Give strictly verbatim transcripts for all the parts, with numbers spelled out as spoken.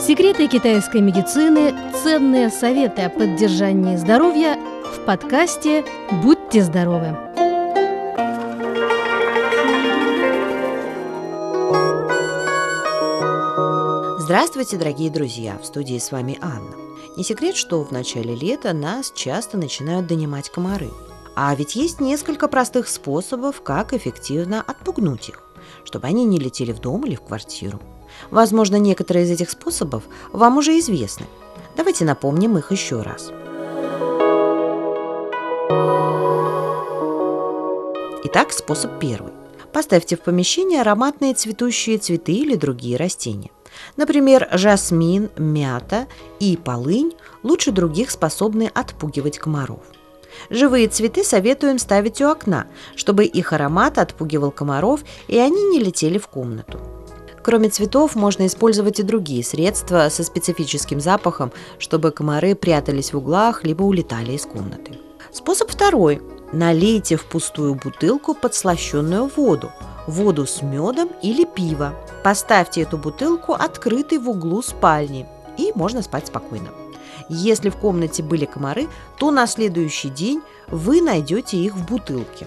Секреты китайской медицины, ценные советы о поддержании здоровья в подкасте «Будьте здоровы». Здравствуйте, дорогие друзья! В студии с вами Анна. Не секрет, что в начале лета нас часто начинают донимать комары. А ведь есть несколько простых способов, как эффективно отпугнуть их, чтобы они не летели в дом или в квартиру. Возможно, некоторые из этих способов вам уже известны. Давайте напомним их еще раз. Итак, способ первый. Поставьте в помещение ароматные цветущие цветы или другие растения. Например, жасмин, мята и полынь лучше других способны отпугивать комаров. Живые цветы советуем ставить у окна, чтобы их аромат отпугивал комаров и они не летели в комнату. Кроме цветов, можно использовать и другие средства со специфическим запахом, чтобы комары прятались в углах либо улетали из комнаты. Способ второй. Налейте в пустую бутылку подслащенную воду, воду с медом или пиво. Поставьте эту бутылку открытой в углу спальни, и можно спать спокойно. Если в комнате были комары, то на следующий день вы найдете их в бутылке.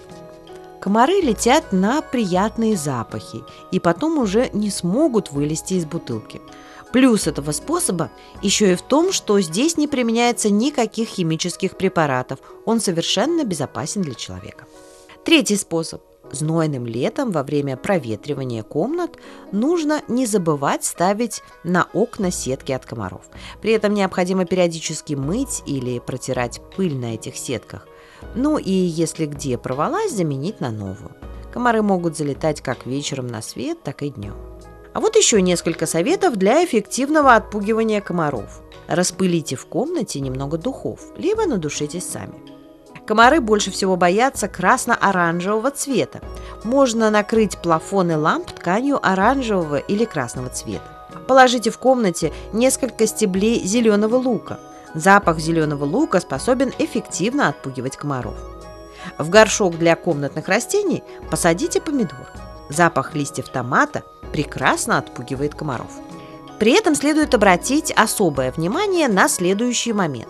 Комары летят на приятные запахи и потом уже не смогут вылезти из бутылки. Плюс этого способа еще и в том, что здесь не применяется никаких химических препаратов. Он совершенно безопасен для человека. Третий способ. Знойным летом во время проветривания комнат нужно не забывать ставить на окна сетки от комаров. При этом необходимо периодически мыть или протирать пыль на этих сетках. Ну и если где порвалась, заменить на новую. Комары могут залетать как вечером на свет, так и днем. А вот еще несколько советов для эффективного отпугивания комаров. Распылите в комнате немного духов, либо надушитесь сами. Комары больше всего боятся красно-оранжевого цвета. Можно накрыть плафоны ламп тканью оранжевого или красного цвета. Положите в комнате несколько стеблей зеленого лука. Запах зеленого лука способен эффективно отпугивать комаров. В горшок для комнатных растений посадите помидор. Запах листьев томата прекрасно отпугивает комаров. При этом следует обратить особое внимание на следующий момент.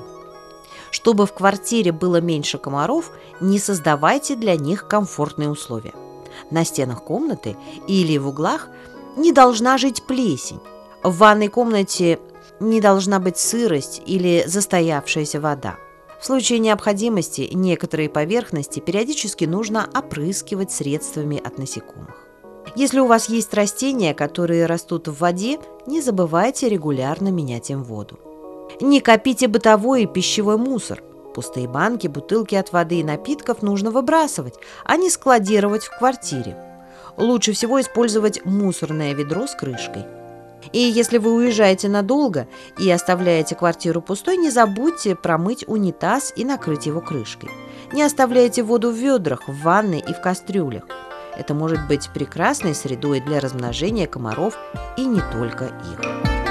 Чтобы в квартире было меньше комаров, не создавайте для них комфортные условия. На стенах комнаты или в углах не должна жить плесень. В ванной комнате не должна быть сырость или застоявшаяся вода. В случае необходимости некоторые поверхности периодически нужно опрыскивать средствами от насекомых. Если у вас есть растения, которые растут в воде, не забывайте регулярно менять им воду. Не копите бытовой и пищевой мусор. Пустые банки, бутылки от воды и напитков нужно выбрасывать, а не складировать в квартире. Лучше всего использовать мусорное ведро с крышкой. И если вы уезжаете надолго и оставляете квартиру пустой, не забудьте промыть унитаз и накрыть его крышкой. Не оставляйте воду в ведрах, в ванной и в кастрюлях. Это может быть прекрасной средой для размножения комаров и не только их.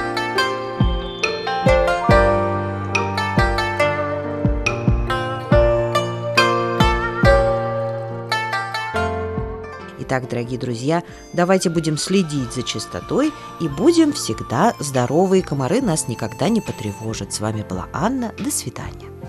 Итак, дорогие друзья, давайте будем следить за чистотой и будем всегда здоровы, и комары нас никогда не потревожат. С вами была Анна. До свидания.